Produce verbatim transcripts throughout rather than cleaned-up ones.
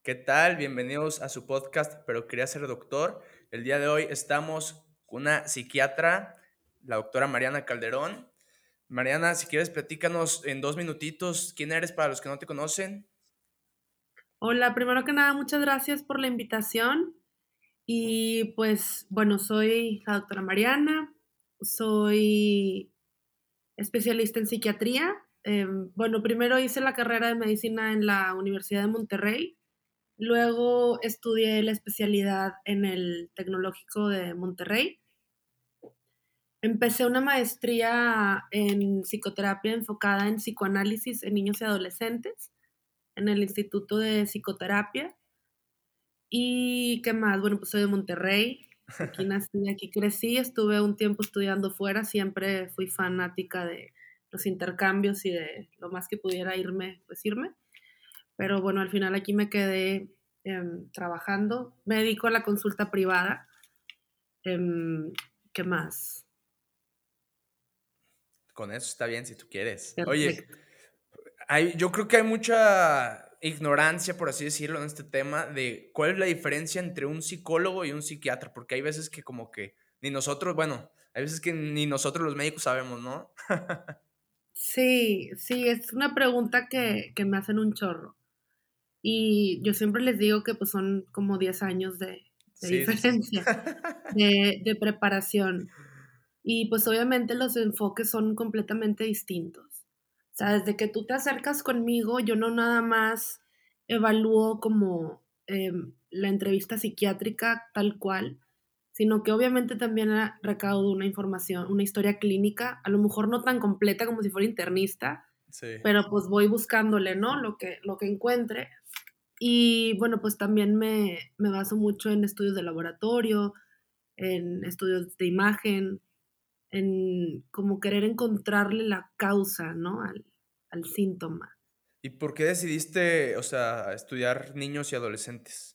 ¿Qué tal? Bienvenidos a su podcast, pero quería ser doctor. El día de hoy estamos con una psiquiatra, la doctora Mariana Calderón. Mariana, si quieres, platícanos en dos minutitos quién eres para los que no te conocen. Hola, primero que nada, muchas gracias por la invitación. Y pues, bueno, soy la doctora Mariana, soy especialista en psiquiatría. Em, bueno, primero hice la carrera de medicina en la Universidad de Monterrey, luego estudié la especialidad en el Tecnológico de Monterrey. Empecé una maestría en psicoterapia enfocada en psicoanálisis en niños y adolescentes en el Instituto de Psicoterapia. ¿Y qué más? Bueno, pues soy de Monterrey, aquí nací, aquí crecí, estuve un tiempo estudiando fuera, siempre fui fanática de los intercambios y de lo más que pudiera irme, pues irme. Pero bueno, al final aquí me quedé em, trabajando, me dedico a la consulta privada. Em, ¿Qué más? Con eso está bien si tú quieres. Oye, Perfecto. hay, yo creo que hay mucha ignorancia, por así decirlo, en este tema de cuál es la diferencia entre un psicólogo y un psiquiatra, porque hay veces que como que ni nosotros, bueno, hay veces que ni nosotros los médicos sabemos, ¿no? Sí, sí, es una pregunta que, que me hacen un chorro. Y yo siempre les digo que pues son como diez años de, de Sí, sí, sí. diferencia. De de preparación. Y, pues, obviamente, los enfoques son completamente distintos. O sea, desde que tú te acercas conmigo, yo no nada más evalúo como, em, la entrevista psiquiátrica tal cual, sino que obviamente también, ah, recaudo una información, una historia clínica, a lo mejor no tan completa como si fuera internista, Sí. pero, pues, voy buscándole, ¿no?, lo que lo que encuentre. Y, bueno, pues, también me me baso mucho en estudios de laboratorio, en estudios de imagen, en como querer encontrarle la causa, ¿no? Al al síntoma. ¿Y por qué decidiste, o sea, estudiar niños y adolescentes?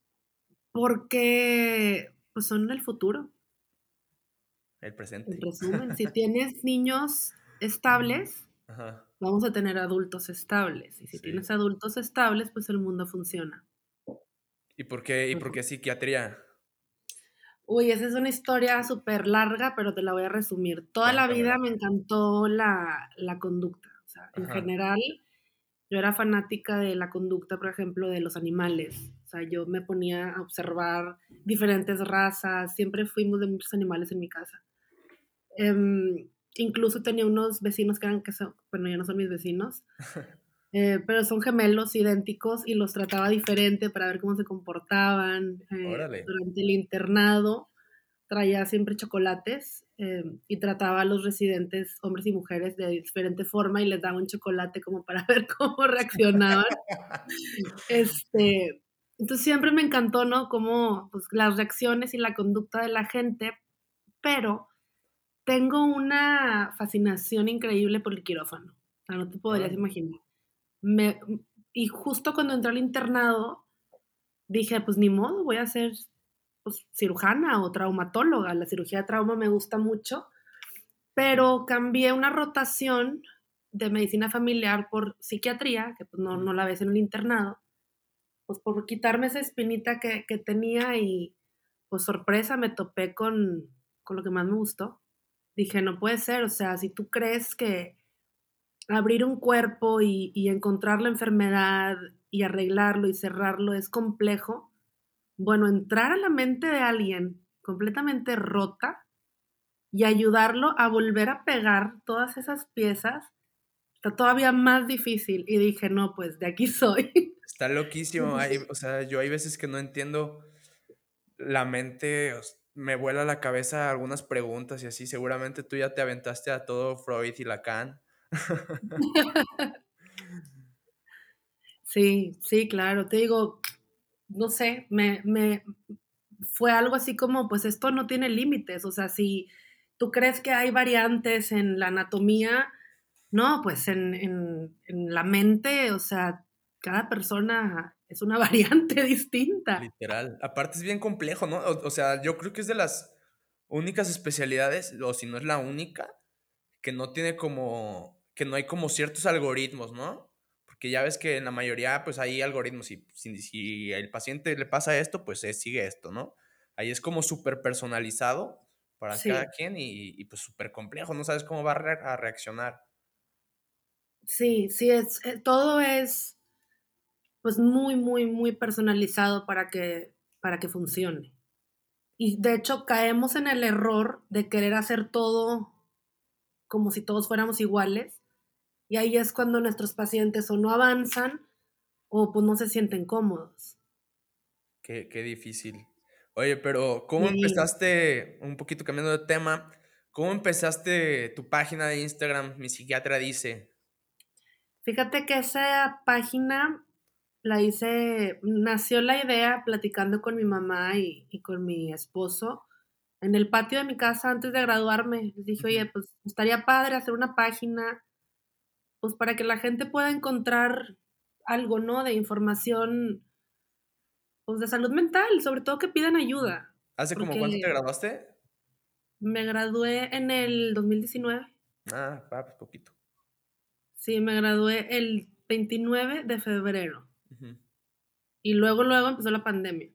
Porque, pues, son el futuro. El En presente. resumen, si tienes niños estables, Ajá, vamos a tener adultos estables, y si sí. tienes adultos estables, pues, el mundo funciona. ¿Y por qué y por Ujú. qué psiquiatría? Uy, esa es una historia súper larga, pero te la voy a resumir. Toda la vida Cuéntamela. me encantó la la conducta, o sea, en Ajá. general. Yo era fanática de la conducta, por ejemplo, de los animales. O sea, yo me ponía a observar diferentes razas, siempre fuimos de muchos animales en mi casa. Em, Incluso tenía unos vecinos que eran que son bueno, ya no son mis vecinos, eh, pero son gemelos idénticos y los trataba diferente para ver cómo se comportaban. Eh, Órale. durante el internado traía siempre chocolates, em, y trataba a los residentes, hombres y mujeres, de diferente forma y les daba un chocolate como para ver cómo reaccionaban. Este, entonces siempre me encantó, ¿no? Cómo, pues, las reacciones y la conducta de la gente, pero tengo una fascinación increíble por el quirófano. O sea, no te podrías Órale. imaginar. Me y justo cuando entré al internado, dije: "Pues ni modo, voy a ser, pues, cirujana o traumatóloga". La cirugía de trauma me gusta mucho, pero cambié una rotación de medicina familiar por psiquiatría, que, pues, no Ujú. no la ves en el internado. Pues, por quitarme esa espinita que que tenía y, pues, sorpresa, me topé con con lo que más me gustó. Dije: "No puede ser, o sea, si tú crees que abrir un cuerpo y y encontrar la enfermedad y arreglarlo y cerrarlo es complejo, bueno, entrar a la mente de alguien completamente rota y ayudarlo a volver a pegar todas esas piezas, está todavía más difícil". Y dije: "No, pues, de aquí soy". Está loquísimo. Hay, o sea, yo hay veces que no entiendo la mente, os me vuela la cabeza algunas preguntas y así. Seguramente tú ya te aventaste a todo Freud y Lacan. Sí, sí, claro. Te digo, no sé, me me fue algo así como, pues, esto no tiene límites, o sea, si tú crees que hay variantes en la anatomía, no, pues, en en en la mente, o sea, cada persona es una variante distinta. Literal. Aparte es bien complejo, ¿no? O o sea, yo creo que es de las únicas especialidades, o si no es la única, que no tiene como que no hay como ciertos algoritmos, ¿no? porque ya ves que en la mayoría, pues hay algoritmos y si, si el paciente le pasa esto, pues eh, sigue esto, ¿no? Ahí es como súper personalizado para cada Sí, quien y, y, pues súper complejo, no sabes cómo va a, re- a reaccionar. sí, sí, es, eh, todo es pues muy, muy, muy personalizado para que, para que funcione. Y de hecho caemos en el error de querer hacer todo como si todos fuéramos iguales. Y ahí es cuando nuestros pacientes o no avanzan o pues no se sienten cómodos. Qué, qué difícil. Oye, pero ¿cómo Y empezaste, un poquito cambiando de tema, cómo empezaste tu página de Instagram, Mi Psiquiatra Dice? fíjate que esa página la hice, nació la idea platicando con mi mamá y, y con mi esposo en el patio de mi casa antes de graduarme. Les dije, oye, Ujú. pues estaría padre hacer una página, pues para que la gente pueda encontrar algo, ¿no? De información, pues de salud mental, sobre todo que pidan ayuda, ¿Hace como cuánto te porque graduaste? me gradué en el dos mil diecinueve. Ah, va, pues poquito. Sí, me gradué el veintinueve de febrero Ujú. y luego, luego empezó la pandemia.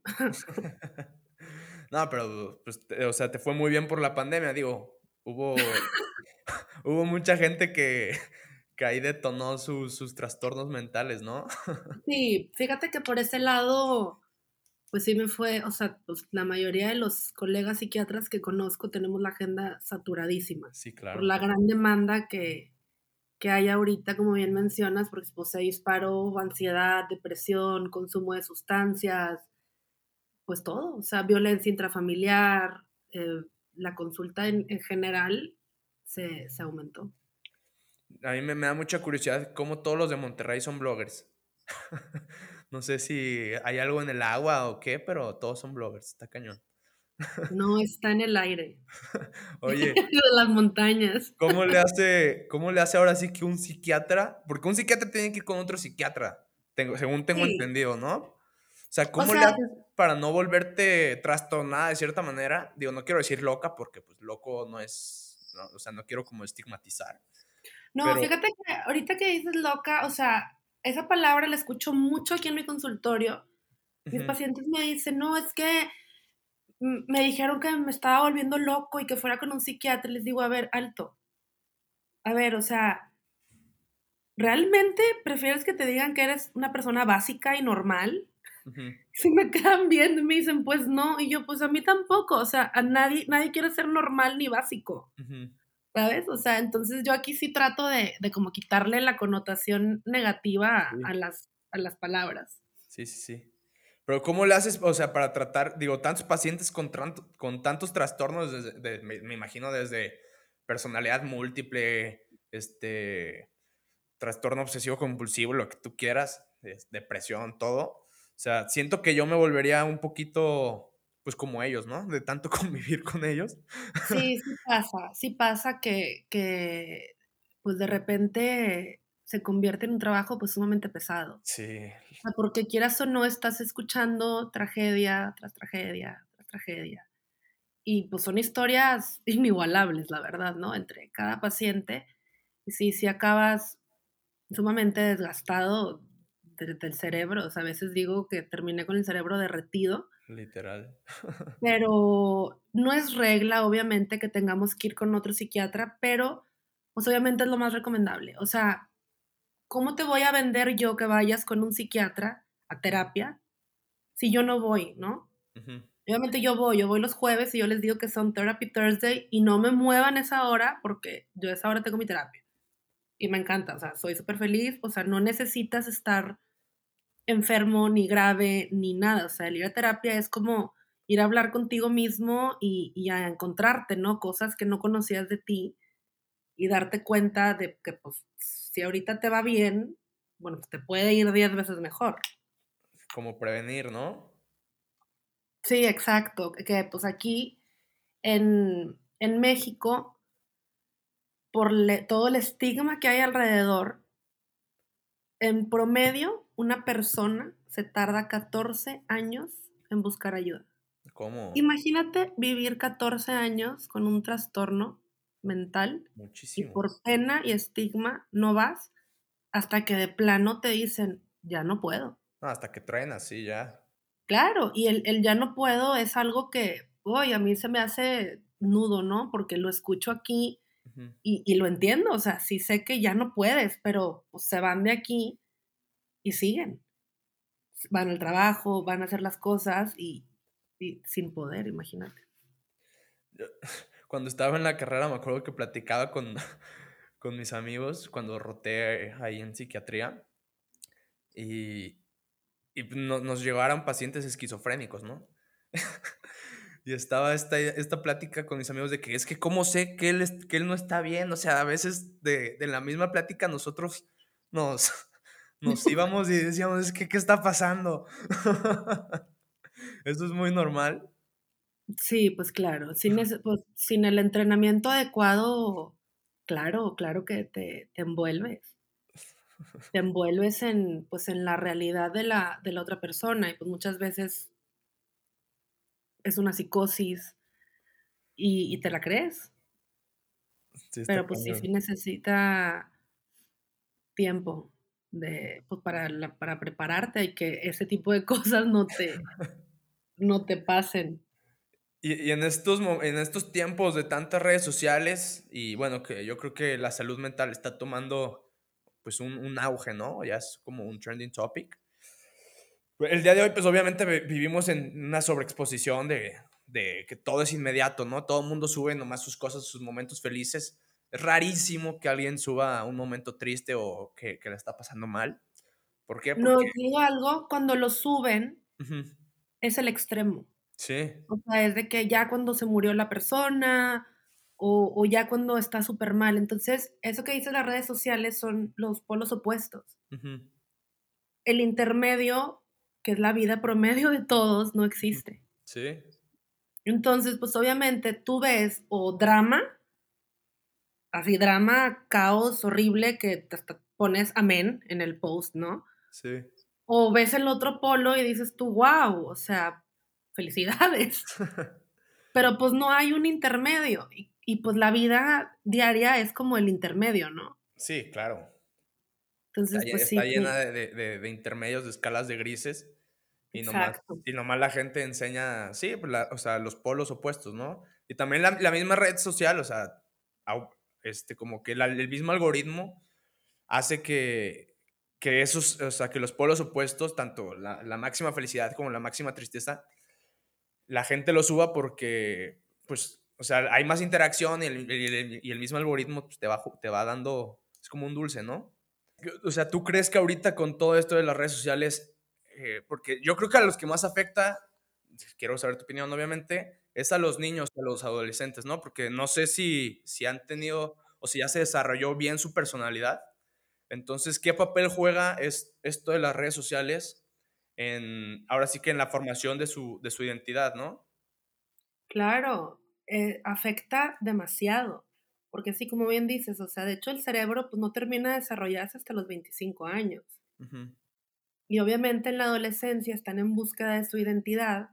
No, pero, pues, te- o sea, te fue muy bien por la pandemia, digo, hubo, hubo mucha gente que, que ahí detonó sus, sus trastornos mentales, ¿no? Sí, fíjate que por ese lado, pues sí me fue, o sea, pues la mayoría de los colegas psiquiatras que conozco tenemos la agenda saturadísima Sí, por claro. la gran demanda que, que hay ahorita, como bien mencionas, porque pues, se disparó ansiedad, depresión, consumo de sustancias, pues todo, o sea, violencia intrafamiliar, eh, la consulta en, en general se, se aumentó. A mí me, me da mucha curiosidad cómo todos los de Monterrey son bloggers. No sé si hay algo en el agua o qué, pero todos son bloggers, está cañón. No está en el aire, Oye, de las montañas. ¿cómo le hace, cómo le hace ahora sí que un psiquiatra? Porque un psiquiatra tiene que ir con otro psiquiatra, tengo, según tengo Sí, entendido, ¿no? O sea, o ¿cómo le sea, haces para no volverte trastornada de cierta manera? Digo, no quiero decir loca porque pues loco no es, no, o sea, no quiero como estigmatizar, no, pero fíjate que ahorita que dices loca, o sea, esa palabra la escucho mucho aquí en mi consultorio. Mis ujú, pacientes me dicen, no, es que mm, me dijeron que me estaba volviendo loco y que fuera con un psiquiatra. Les digo, a ver, alto. A ver, o sea, ¿realmente prefieres que te digan que eres una persona básica y normal? ujú, Si me quedan viendo y me dicen, pues no, y yo, pues a mí tampoco, o sea, a nadie, nadie quiere ser normal ni básico, ujú. ¿sabes? O sea, entonces yo aquí sí trato de, de como quitarle la connotación negativa a, a Sí, las, a las palabras. sí, sí, sí. Pero ¿cómo le haces, o sea, para tratar, digo, tantos pacientes con, tranto- con tantos trastornos, desde- de- me, me imagino desde personalidad múltiple, este, trastorno obsesivo compulsivo, lo que tú quieras, es- depresión, todo. O sea, siento que yo me volvería un poquito, pues como ellos, ¿no? De tanto convivir con ellos. Sí, sí pasa, sí pasa que, que pues de repente se convierte en un trabajo pues sumamente pesado. Sí, O sea, porque quieras o no, estás escuchando tragedia tras tragedia tras tragedia. Y pues son historias inigualables, la verdad, ¿no? Entre cada paciente. Y sí, sí acabas sumamente desgastado de- del cerebro. O sea, a veces digo que terminé con el cerebro derretido, literal. pero no es regla, obviamente, que tengamos que ir con otro psiquiatra, pero pues obviamente es lo más recomendable. O sea, ¿cómo te voy a vender yo que vayas con un psiquiatra a terapia si yo no voy, ¿no? Ujú, Obviamente yo voy, yo voy los jueves y yo les digo que son Therapy Thursday y no me muevan esa hora porque yo a esa hora tengo mi terapia y me encanta, o sea, soy súper feliz, o sea, no necesitas estar enfermo ni grave ni nada, o sea, el ir a terapia es como ir a hablar contigo mismo y, y a encontrarte, ¿no? Cosas que no conocías de ti y darte cuenta de que pues si ahorita te va bien, bueno, pues te puede ir diez veces mejor. como prevenir, ¿no? Sí, exacto, que que, pues aquí en, en México por le- todo el estigma que hay alrededor, en promedio, una persona se tarda catorce años en buscar ayuda. Como Imagínate vivir catorce años con un trastorno mental y muchísimo. por pena y estigma no vas hasta que de plano te dicen: "Ya no puedo". No, hasta que truenas, sí, ya. Claro, y el el ya no puedo es algo que, uy, a mí se me hace nudo, ¿no? Porque lo escucho aquí Ujú. y y lo entiendo, o sea, sí sé que ya no puedes, pero, pues, se van de aquí y siguen. Van al trabajo, van a hacer las cosas y y sin poder, imagínate. Yo cuando estaba en la carrera me acuerdo que platicaba con con mis amigos cuando roté ahí en psiquiatría y y pues no nos llegaron pacientes esquizofrénicos, ¿no? Y estaba esta esta plática con mis amigos de que es que cómo sé que él es que él no está bien, o sea, a veces de de la misma plática nosotros nos nos íbamos y decíamos: "Es que, ¿qué está pasando?". Eso es muy normal. Sí, pues claro, sin ese pues, sin el entrenamiento adecuado, claro, claro que te te envuelves. Te envuelves en, pues, en la realidad de la de la otra persona y, pues, muchas veces es una psicosis y y te la crees, Sí, está pero, pues, sí, sí cañón. necesita tiempo de, pues, para la para prepararte y que ese tipo de cosas no te no te pasen. Y y en estos mo en estos tiempos de tantas redes sociales y bueno, que yo creo que la salud mental está tomando, pues, un un auge, ¿no? Ya es como un trending topic. El día de hoy, pues, obviamente vi vivimos en una sobreexposición de de que todo es inmediato, ¿no? Todo el mundo sube nomás sus cosas, sus momentos felices. Es rarísimo que alguien suba un momento triste o que que la está pasando mal. ¿Por qué? No, Porque te digo algo, cuando lo suben ujú, es el extremo. sí, O sea, es de que ya cuando se murió la persona, o o ya cuando está súper mal. Entonces, eso que dices las redes sociales son los polos opuestos. ujú, El intermedio, que es la vida promedio de todos, no ujú, existe. sí, Entonces, pues, obviamente, tú ves o drama, así drama, caos horrible que te hasta pones amén en el post, ¿no? sí. O ves el otro polo y dices tú: "Guau", o sea, felicidades. Pero, pues, no hay un intermedio, y y, pues, la vida diaria es como el intermedio, ¿no? Sí, claro. Está Entonces, lle pues está sí, llena sí, de de de de intermedios, de escalas de grises, y nomás exacto. y nomás la gente enseña sí, pues, la o sea, los polos opuestos, ¿no? Y también la la misma red social, o sea, au este, como que la el mismo algoritmo hace que que esos, o sea, que los polos opuestos, tanto la la máxima felicidad como la máxima tristeza, la gente lo suba porque, pues, o sea, hay más interacción y el y el y el mismo algoritmo, pues, te va ju te va dando es como un dulce, ¿no? O sea, ¿tú crees que ahorita con todo esto de las redes sociales, eh, porque yo creo que a los que más afecta, quiero saber tu opinión, obviamente, es a los niños, a los adolescentes, ¿no? Porque no sé si, si han tenido o si ya se desarrolló bien su personalidad. Entonces, ¿qué papel juega es, esto de las redes sociales en, ahora sí que en la formación de su, de su identidad, ¿no? Claro, eh, afecta demasiado, porque sí, como bien dices, o sea, de hecho, el cerebro, pues, no termina de desarrollarse hasta los veinticinco años. Ujú, Y obviamente en la adolescencia están en búsqueda de su identidad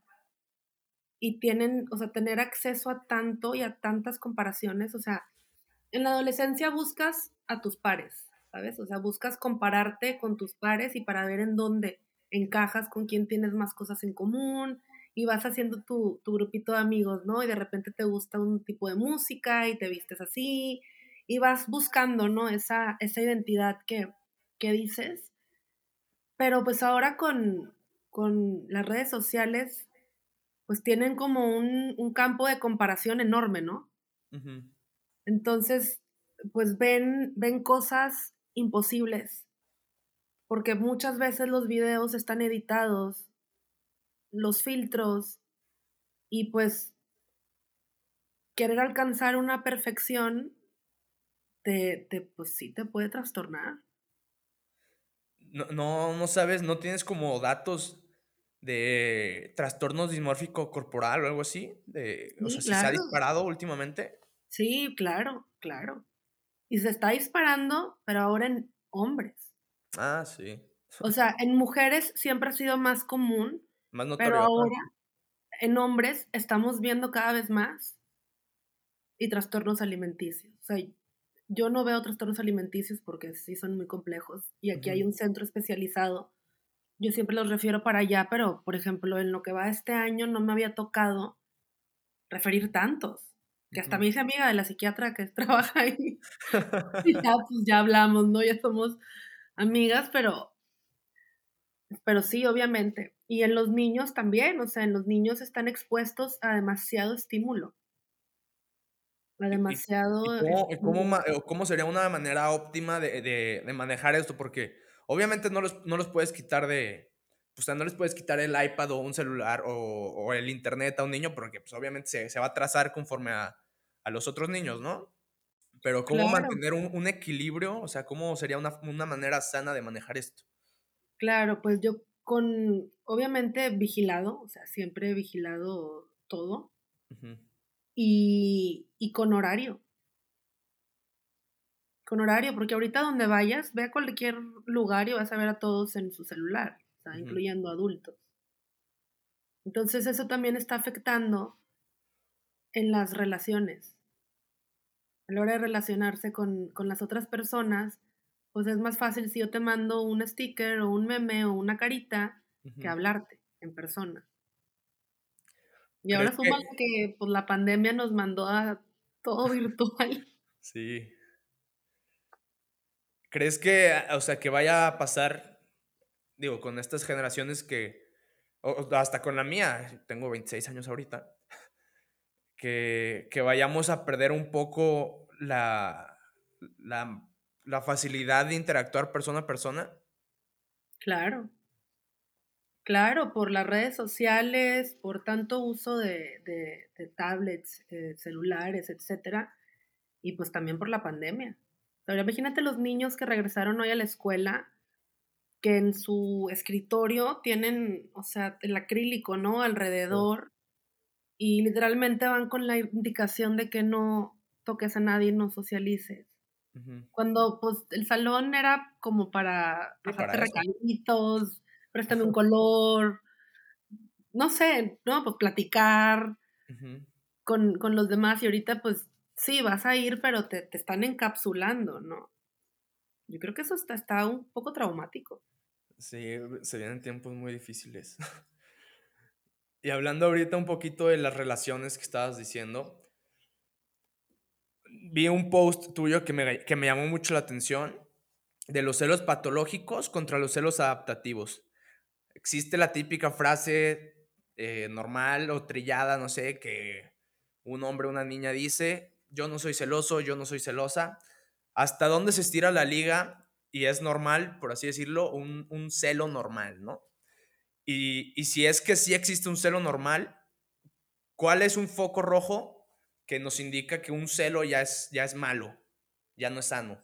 y tienen, o sea, tener acceso a tanto y a tantas comparaciones, o sea, en la adolescencia buscas a tus pares, ¿sabes? O sea, buscas compararte con tus pares y para ver en dónde encajas, con quién tienes más cosas en común y vas haciendo tu, tu grupito de amigos, ¿no? Y de repente te gusta un tipo de música y te vistes así y vas buscando, ¿no? Esa, esa identidad que, que dices. Pero pues ahora con, con las redes sociales, pues tienen como un, un campo de comparación enorme, ¿no? ujú. Entonces, pues ven ven cosas imposibles, porque muchas veces los videos están editados, los filtros, y pues querer alcanzar una perfección te te pues sí te puede trastornar. No, no, no sabes, no tienes como datos de trastornos dismórfico corporal o algo así, de, o sea, Sí, si se ha claro. disparado últimamente. Sí, claro, claro. Y se está disparando, pero ahora en hombres. Ah, sí. O sea, en mujeres siempre ha sido más común, Más pero notorio, ajá. ahora en hombres estamos viendo cada vez más y trastornos alimenticios. O sea, yo no veo trastornos alimenticios porque sí son muy complejos y aquí hay Ujú. un centro especializado. Yo siempre los refiero para allá, pero, por ejemplo, en lo que va este año no me había tocado referir tantos, que hasta Ujú. me hice amiga de la psiquiatra que trabaja ahí. Y ya, pues, ya hablamos, ¿no? Ya somos amigas, pero pero sí, obviamente. Y en los niños también, o sea, en los niños están expuestos a demasiado estímulo, a ¿Y y y demasiado cómo y cómo estímulo. ma o cómo sería una manera óptima de de de manejar esto? Porque obviamente no los no los puedes quitar de o sea, no les puedes quitar el iPad o un celular o o el Internet a un niño porque, pues, obviamente se se va a atrasar conforme a a los otros niños, ¿no? Pero, ¿cómo Claro, mantener un un equilibrio? O sea, ¿cómo sería una una manera sana de manejar esto? claro, pues yo con obviamente vigilado, o sea, siempre he vigilado todo Ujú, y y con horario, con horario, porque ahorita donde vayas, ve a cualquier lugar y vas a ver a todos en su celular, o sea, ujú. incluyendo adultos. Entonces, eso también está afectando en las relaciones. A la hora de relacionarse con con las otras personas, pues, es más fácil si yo te mando un sticker, o un meme, o una carita, que Ujú. hablarte en persona. Y ¿Crees ahora que? súmale que, pues, la pandemia nos mandó a todo virtual. Sí. ¿Crees que, o sea, que vaya a pasar, digo, con estas generaciones que, o o hasta con la mía, tengo veintiséis años ahorita, que que vayamos a perder un poco la la la facilidad de interactuar persona a persona? Claro, claro, por las redes sociales, por tanto uso de de de tablets, eh, celulares, etcétera, y, pues, también por la pandemia. Ahora imagínate los niños que regresaron hoy a la escuela, que en su escritorio tienen, o sea, el acrílico, ¿no?, Sí. alrededor, y literalmente van con la indicación de que no toques a nadie, no socialices. Ujú. Cuando, pues, el salón era como para Sí, pasarte para eso. recaditos, préstame un color, no sé, ¿no?, pues, platicar Ujú. con con los demás, y ahorita, pues, sí, vas a ir, pero te te están encapsulando, ¿no? Yo creo que eso está está un poco traumático. Sí, se vienen tiempos muy difíciles. Y hablando ahorita un poquito de las relaciones que estabas diciendo, vi un post tuyo que me que me llamó mucho la atención, de los celos patológicos contra los celos adaptativos. Existe la típica frase, eh, normal o trillada, no sé, que un hombre o una niña dice: "Yo no soy celoso, yo no soy celosa". ¿Hasta dónde se estira la liga y es normal, por así decirlo, un un celo normal, no? Y y si es que sí existe un celo normal, ¿cuál es un foco rojo que nos indica que un celo ya es ya es malo, ya no es sano?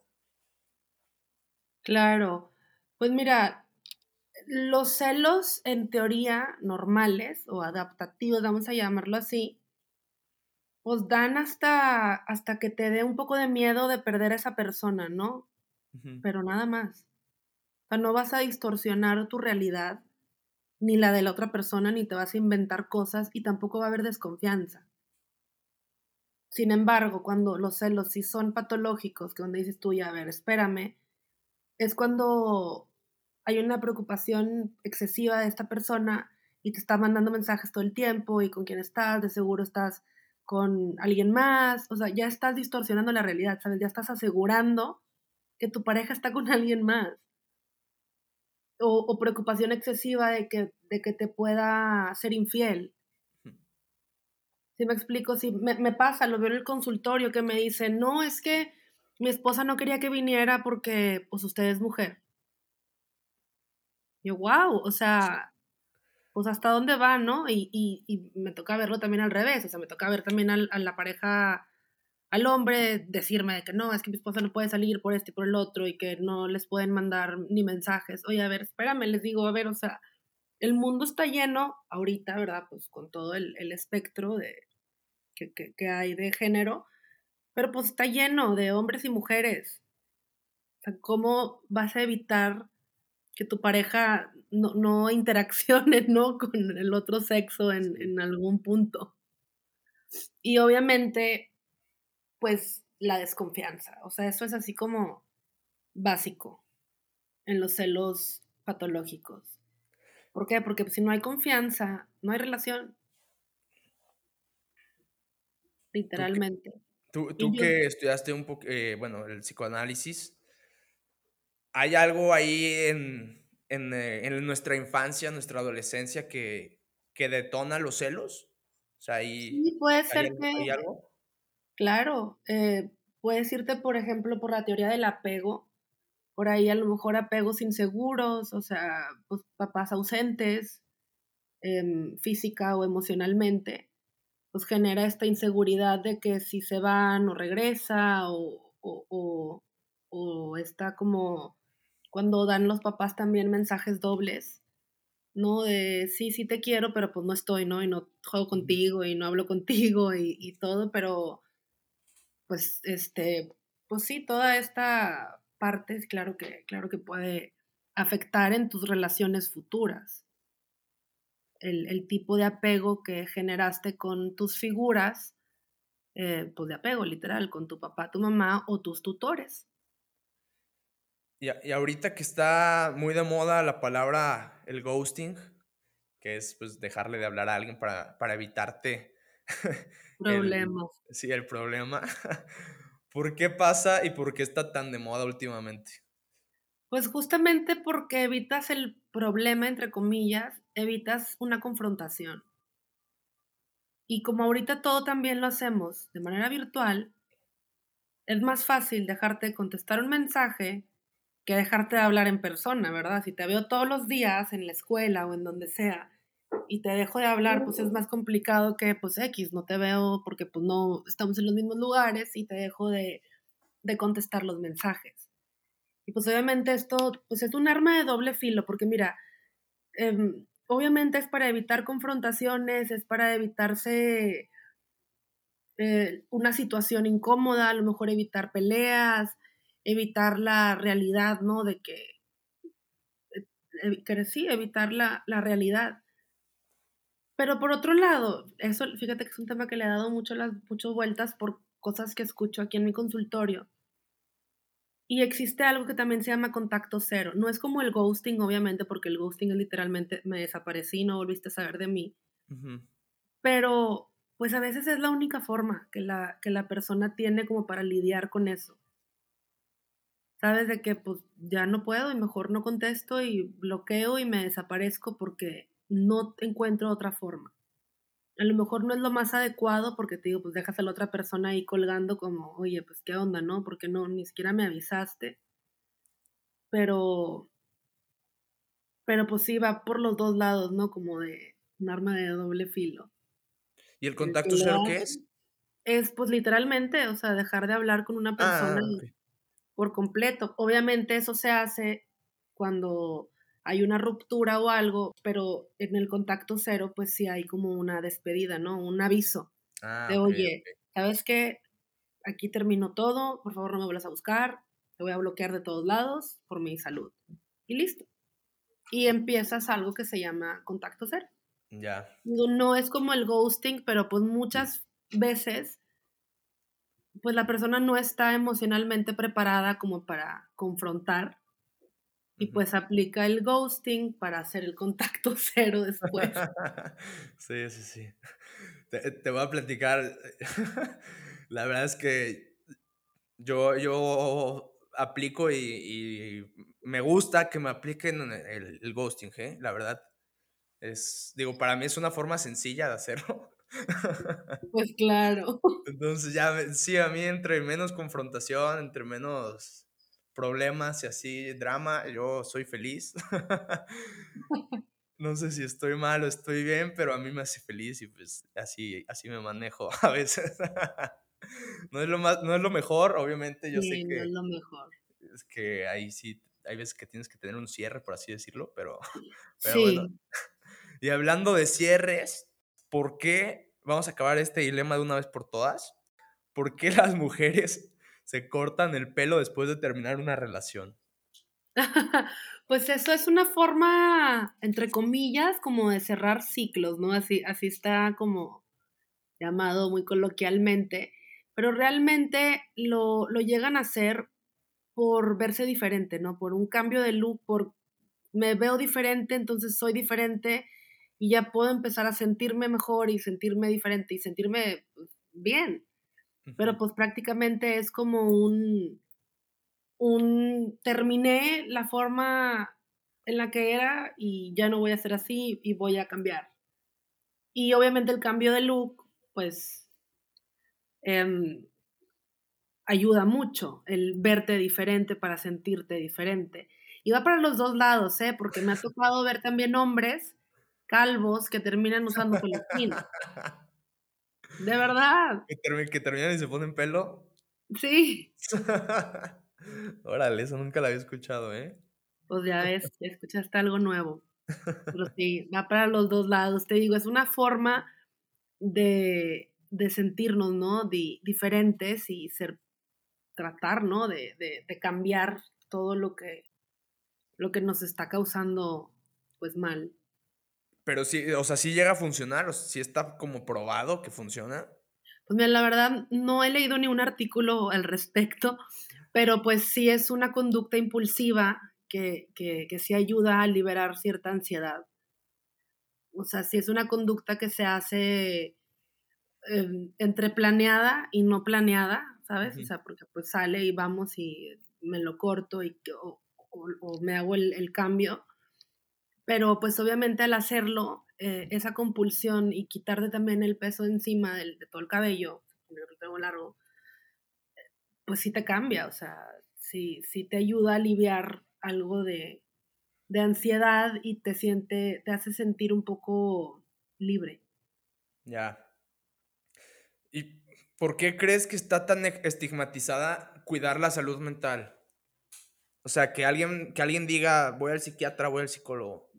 Claro. Pues mira, los celos, en teoría, normales o adaptativos, vamos a llamarlo así, pues dan hasta hasta que te dé un poco de miedo de perder a esa persona, ¿no? Ujú, Pero nada más. O sea, no vas a distorsionar tu realidad, ni la de la otra persona, ni te vas a inventar cosas, y tampoco va a haber desconfianza. Sin embargo, cuando los celos sí son patológicos, que donde dices tú: "Ya, a ver, espérame", es cuando hay una preocupación excesiva de esta persona y te está mandando mensajes todo el tiempo, y con quién estás, de seguro estás con alguien más, o sea, ya estás distorsionando la realidad, ¿sabes? Ya estás asegurando que tu pareja está con alguien más, o o preocupación excesiva de que de que te pueda ser infiel, ujú. ¿sí me explico? Sí, me me pasa, lo veo en el consultorio que me dicen: "No, es que mi esposa no quería que viniera porque, pues, usted es mujer". Yo: "Guau", o sea, pues, ¿hasta dónde va, no? Y y y me toca verlo también al revés, o sea, me toca ver también al a la pareja, al hombre decirme de que: "No, es que mi esposa no puede salir por esto y por el otro, y que no les pueden mandar ni mensajes". Oye, a ver, espérame, les digo, a ver, o sea, el mundo está lleno ahorita, ¿verdad? Pues, con todo el el espectro de que que que hay de género, pero, pues, está lleno de hombres y mujeres. O sea, ¿cómo vas a evitar que tu pareja no no interaccione, ¿no?, con el otro sexo en Sí. en algún punto? Y obviamente, pues, la desconfianza. O sea, eso es así como básico en los celos patológicos. ¿Por qué? Porque pues, si no hay confianza, no hay relación, Tú que, literalmente. tú, Y tú yo, que estudiaste un poco, eh, bueno, el psicoanálisis, ¿hay algo ahí en, en, eh, en nuestra infancia, nuestra adolescencia que, que detona los celos? O sea, ¿hay, sí, puede hay, ser algo- que, hay algo? claro, eh, puedes irte, por ejemplo, por la teoría del apego, por ahí a lo mejor apegos inseguros, o sea, pues papás ausentes, em, física o emocionalmente, pues genera esta inseguridad de que si se van o regresa o, o, o, o está como cuando dan los papás también mensajes dobles, ¿no? De sí, sí te quiero, pero pues no estoy, ¿no? Y no juego Ujú. contigo y no hablo contigo y, y todo, pero pues este, pues sí, toda esta parte es claro que, claro que puede afectar en tus relaciones futuras. El, el tipo de apego que generaste con tus figuras, eh, pues de apego, literal, con tu papá, tu mamá o tus tutores. Y, a- y ahorita que está muy de moda la palabra el ghosting, que es pues dejarle de hablar a alguien para, para evitarte el, Problemas. sí, el problema. ¿Por qué pasa y por qué está tan de moda últimamente? Pues justamente porque evitas el problema, entre comillas, evitas una confrontación. Y como ahorita todo también lo hacemos de manera virtual, es más fácil dejarte de contestar un mensaje que dejarte de hablar en persona, ¿verdad? Si te veo todos los días en la escuela o en donde sea y te dejo de hablar, pues es más complicado que pues X, no te veo porque pues no estamos en los mismos lugares y te dejo de, de contestar los mensajes. Y pues obviamente esto pues es un arma de doble filo, porque mira, em, obviamente es para evitar confrontaciones, es para evitarse eh, una situación incómoda, a lo mejor evitar peleas, evitar la realidad, ¿no? De que, eh, que sí, evitar la, la realidad. Pero por otro lado, eso, fíjate que es un tema que le ha dado mucho las, muchas vueltas por cosas que escucho aquí en mi consultorio. Y existe algo que también se llama contacto cero. No es como el ghosting, obviamente, porque el ghosting es literalmente me desaparecí, no volviste a saber de mí. Ujú. Pero pues a veces es la única forma que la, que la persona tiene como para lidiar con eso. Sabes de que pues ya no puedo y mejor no contesto y bloqueo y me desaparezco porque no encuentro otra forma. A lo mejor no es lo más adecuado porque te digo, pues dejas a la otra persona ahí colgando como, oye, pues qué onda, ¿no? Porque no, ni siquiera me avisaste, pero, pero pues sí va por los dos lados, ¿no? Como de un arma de doble filo. ¿Y el El que contacto lo cero qué hace es? es pues literalmente, o sea, dejar de hablar con una persona Ah, ok. por completo. Obviamente eso se hace cuando hay una ruptura o algo, pero en el contacto cero, pues sí hay como una despedida, ¿no? Un aviso Ah, de, ok, oye, ok. ¿sabes qué? Aquí terminó todo, por favor no me vuelvas a buscar, te voy a bloquear de todos lados por mi salud. Y listo. Y empiezas algo que se llama contacto cero. Ya. Digo, no es como el ghosting, pero pues muchas veces, pues la persona no está emocionalmente preparada como para confrontar y Ujú. pues aplica el ghosting para hacer el contacto cero después. Sí, sí, sí. Te, te voy a platicar. La verdad es que yo, yo aplico y, y me gusta que me apliquen el, el ghosting, ¿eh? La verdad. Es, digo, para mí es una forma sencilla de hacerlo. Pues claro. Entonces ya, me- sí, a mí entre menos confrontación, entre menos problemas y así, drama, yo soy feliz. No sé si estoy mal o estoy bien, pero a mí me hace feliz y pues así, así me manejo a veces. No es lo más, no es lo mejor, obviamente yo sé Sí, no es que lo mejor. es que ahí sí, hay veces que tienes que tener un cierre, por así decirlo, pero, pero bueno. Sí. Y hablando de cierres, ¿por qué vamos a acabar este dilema de una vez por todas? ¿Por qué las mujeres se cortan el pelo después de terminar una relación? Pues eso es una forma, entre comillas, como de cerrar ciclos, ¿no? Así, así está como llamado muy coloquialmente. pero realmente lo, lo llegan a hacer por verse diferente, ¿no? Por un cambio de look, por me veo diferente, entonces soy diferente y ya puedo empezar a sentirme mejor y sentirme diferente y sentirme pues, bien. Pero Ujú. pues prácticamente es como un, un terminé la forma en la que era y ya no voy a ser así y voy a cambiar. Y obviamente el cambio de look, pues em, ayuda mucho el verte diferente para sentirte diferente. Y va para los dos lados, ¿eh? Porque me ha tocado ver también hombres calvos que terminan usando peluquín. De verdad, Que termi que terminan y se ponen pelo. sí. Órale, eso nunca la había escuchado, ¿eh? Pues ya ves, ya escuchaste algo nuevo. Pero sí, va para los dos lados. Te digo, es una forma de de sentirnos, ¿no? Di diferentes y ser tratar, ¿no? De de de cambiar todo lo que lo que nos está causando, pues, mal. Pero sí, o sea, ¿sí llega a funcionar? O sea, ¿sí está como probado que funciona? Pues mira, la verdad, no he leído ni un artículo al respecto, pero, pues, sí es una conducta impulsiva que que que sí ayuda a liberar cierta ansiedad. O sea, sí es una conducta que se hace, em, entre planeada y no planeada, ¿sabes? O Ujú. sea, porque, pues, sale y vamos y me lo corto y que o o o me hago el el cambio, pero, pues, obviamente al hacerlo, eh, esa compulsión y quitarte también el peso encima del de todo el cabello, porque yo lo tengo largo, pues sí te cambia, o sea, sí sí te ayuda a aliviar algo de de ansiedad y te siente te hace sentir un poco libre. Ya. ¿Y por qué crees que está tan e estigmatizada cuidar la salud mental? O sea, que alguien que alguien diga: "Voy al psiquiatra, voy al psicólogo".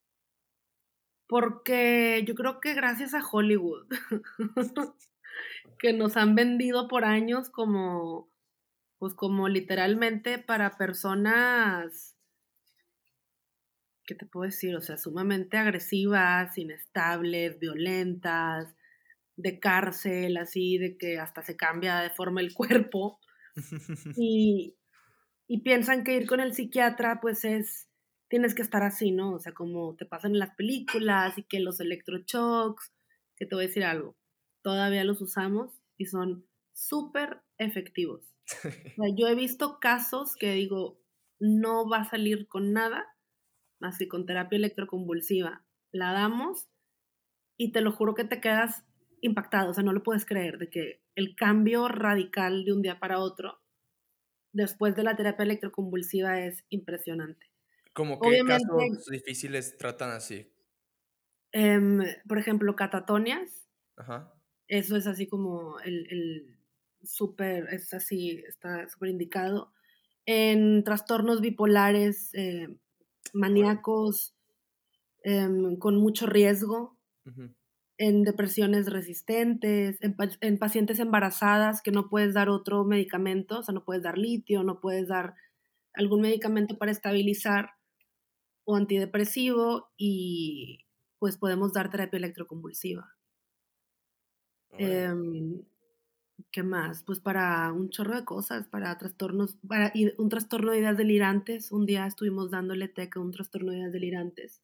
Porque yo creo que gracias a Hollywood, que nos han vendido por años como, pues, como literalmente para personas, ¿qué te puedo decir? O sea, sumamente agresivas, inestables, violentas, de cárcel, así de que hasta se cambia de forma el cuerpo, y y piensan que ir con el psiquiatra, pues, es tienes que estar así, ¿no? O sea, como te pasan en las películas y que los electroshocks, que te voy a decir algo, todavía los usamos y son súper efectivos. O sea, yo he visto casos que digo, no va a salir con nada más que con terapia electroconvulsiva. La damos y te lo juro que te quedas impactado, o sea, no lo puedes creer, de que el cambio radical de un día para otro después de la terapia electroconvulsiva es impresionante. ¿Cómo qué Obviamente, casos difíciles tratan así? em, por ejemplo, catatonias, Ajá. eso es así como el el súper, es así, está superindicado. En trastornos bipolares, eh, Órale. maníacos, em, con mucho riesgo, Ujú. en depresiones resistentes, en pa en pacientes embarazadas que no puedes dar otro medicamento, o sea, no puedes dar litio, no puedes dar algún medicamento para estabilizar o antidepresivo y, pues, podemos dar terapia electroconvulsiva. Órale. Em, ¿qué más? Pues, para un chorro de cosas, para trastornos para y un trastorno de ideas delirantes, un día estuvimos dándole TEC a un trastorno de ideas delirantes,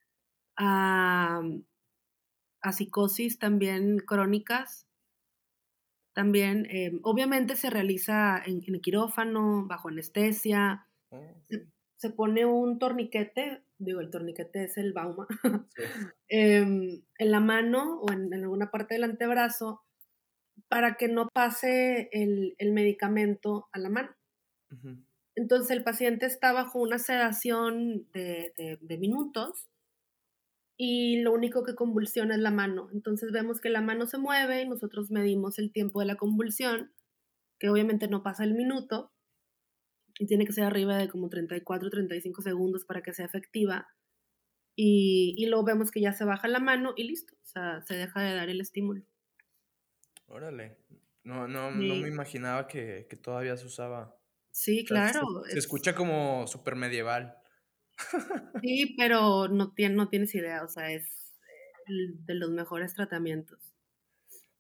a a psicosis también crónicas, también, em, obviamente se realiza en en el quirófano, bajo anestesia, Oh, se okey. se pone un torniquete, digo, el torniquete es el Bauma, Sí. em, en la mano o en en alguna parte del antebrazo para que no pase el el medicamento a la mano. Ujú. Entonces, el paciente está bajo una sedación de de de minutos y lo único que convulsiona es la mano. Entonces, vemos que la mano se mueve y nosotros medimos el tiempo de la convulsión, que obviamente no pasa el minuto y tiene que ser arriba de como treinta y cuatro, treinta y cinco segundos para que sea efectiva. Y y luego vemos que ya se baja la mano y listo, o sea, se deja de dar el estímulo. Órale. No no no me Sí, imaginaba que que todavía se usaba. sí, O sea, se claro, se es escucha como supermedieval. sí, pero no tien no tienes idea, o sea, es el de los mejores tratamientos.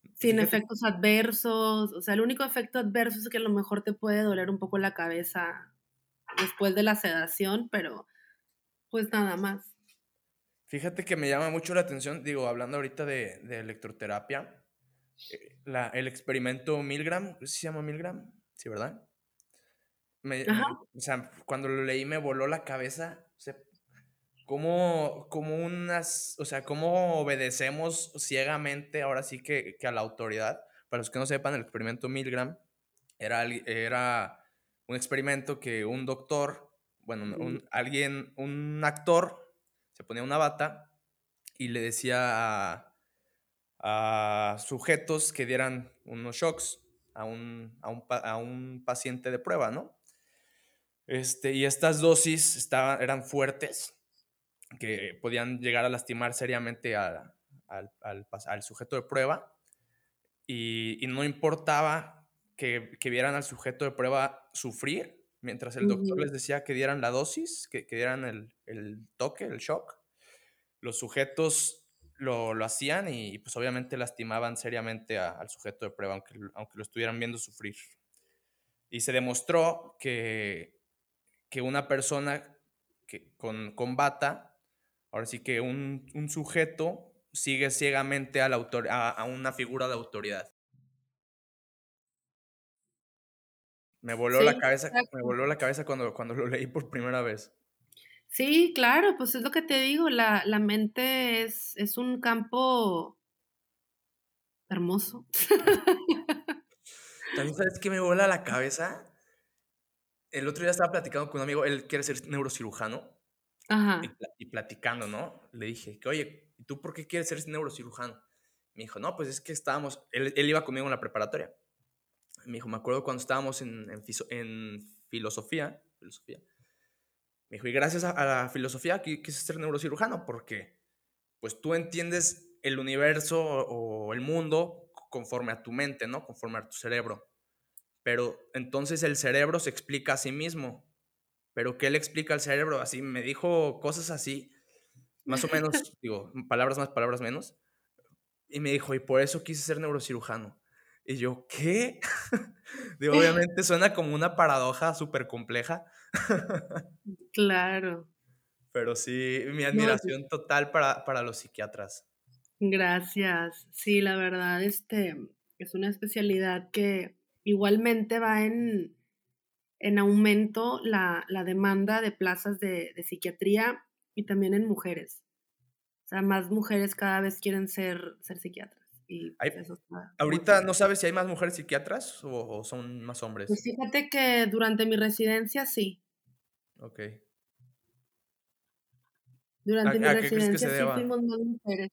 sin Fíjate, efectos adversos, o sea, el único efecto adverso es que a lo mejor te puede doler un poco la cabeza después de la sedación, pero, pues, nada más. fíjate que me llama mucho la atención, digo, hablando ahorita de, de electroterapia, eh, la, el experimento Milgram, ¿sí se llama Milgram? Sí, ¿verdad? Me, Ajá. me- o sea, cuando lo leí me voló la cabeza, o sea, cómo, cómo unas, o sea, cómo obedecemos ciegamente ahora sí que, que a la autoridad. Para los que no sepan, el experimento Milgram era, al- era un experimento que un doctor, bueno, un, Ujú, un- alguien, un actor, se ponía una bata y le decía a, a sujetos que dieran unos shocks a un, a un, pa- a un paciente de prueba, ¿no? Este, y estas dosis estaban, eran fuertes, que podían llegar a lastimar seriamente a- al, al pas- al sujeto de prueba, y, y no importaba que, que vieran al sujeto de prueba sufrir, mientras el doctor ujú. les decía que dieran la dosis, que, que dieran el, el toque, el shock, los sujetos lo, lo hacían y pues obviamente lastimaban seriamente a- al sujeto de prueba, aunque, aunque lo estuvieran viendo sufrir. Y se demostró que, que una persona que, con, con bata, ahora sí que un, un sujeto sigue ciegamente a, la autor, a, a una figura de autoridad. Me voló la Sí, cabeza, me exacto. voló la cabeza cuando, cuando lo leí por primera vez. Sí, claro, pues es lo que te digo, la la mente es es un campo hermoso. También, ¿sabes qué me vuela la cabeza? El otro día estaba platicando con un amigo, él quiere ser neurocirujano, y, Ajá. pla- y platicando, ¿no? Le dije que, oye, ¿y tú por qué quieres ser neurocirujano? Me dijo, no, pues es que estábamos, él, él iba conmigo en la preparatoria. Me dijo, me acuerdo cuando estábamos en, en, fiso- en filosofía, filosofía. Me dijo, y gracias a, a la filosofía qui- quise ser neurocirujano, porque pues tú entiendes el universo o, o el mundo conforme a tu mente, ¿no? Conforme a tu cerebro. Pero entonces el cerebro se explica a sí mismo. ¿Pero qué le explica al cerebro? Así me dijo cosas así, más o menos, digo, palabras más, palabras menos. Y me dijo, y por eso quise ser neurocirujano. Y yo, ¿qué? Digo, obviamente suena como una paradoja súper compleja, Claro. pero sí, mi No, y pues admiración total para, para los psiquiatras. gracias. Sí, la verdad, este, es una especialidad que igualmente va en en aumento la la demanda de plazas de de psiquiatría y también en mujeres. O sea, más mujeres cada vez quieren ser ser psiquiatras y, Hay, pues, eso está muy ahorita padre. no sabes si hay más mujeres psiquiatras o, o son más Pues hombres. fíjate que durante mi residencia sí, Ok. ¿A, durante mi a qué crees que residencia se sí deba? fuimos más mujeres.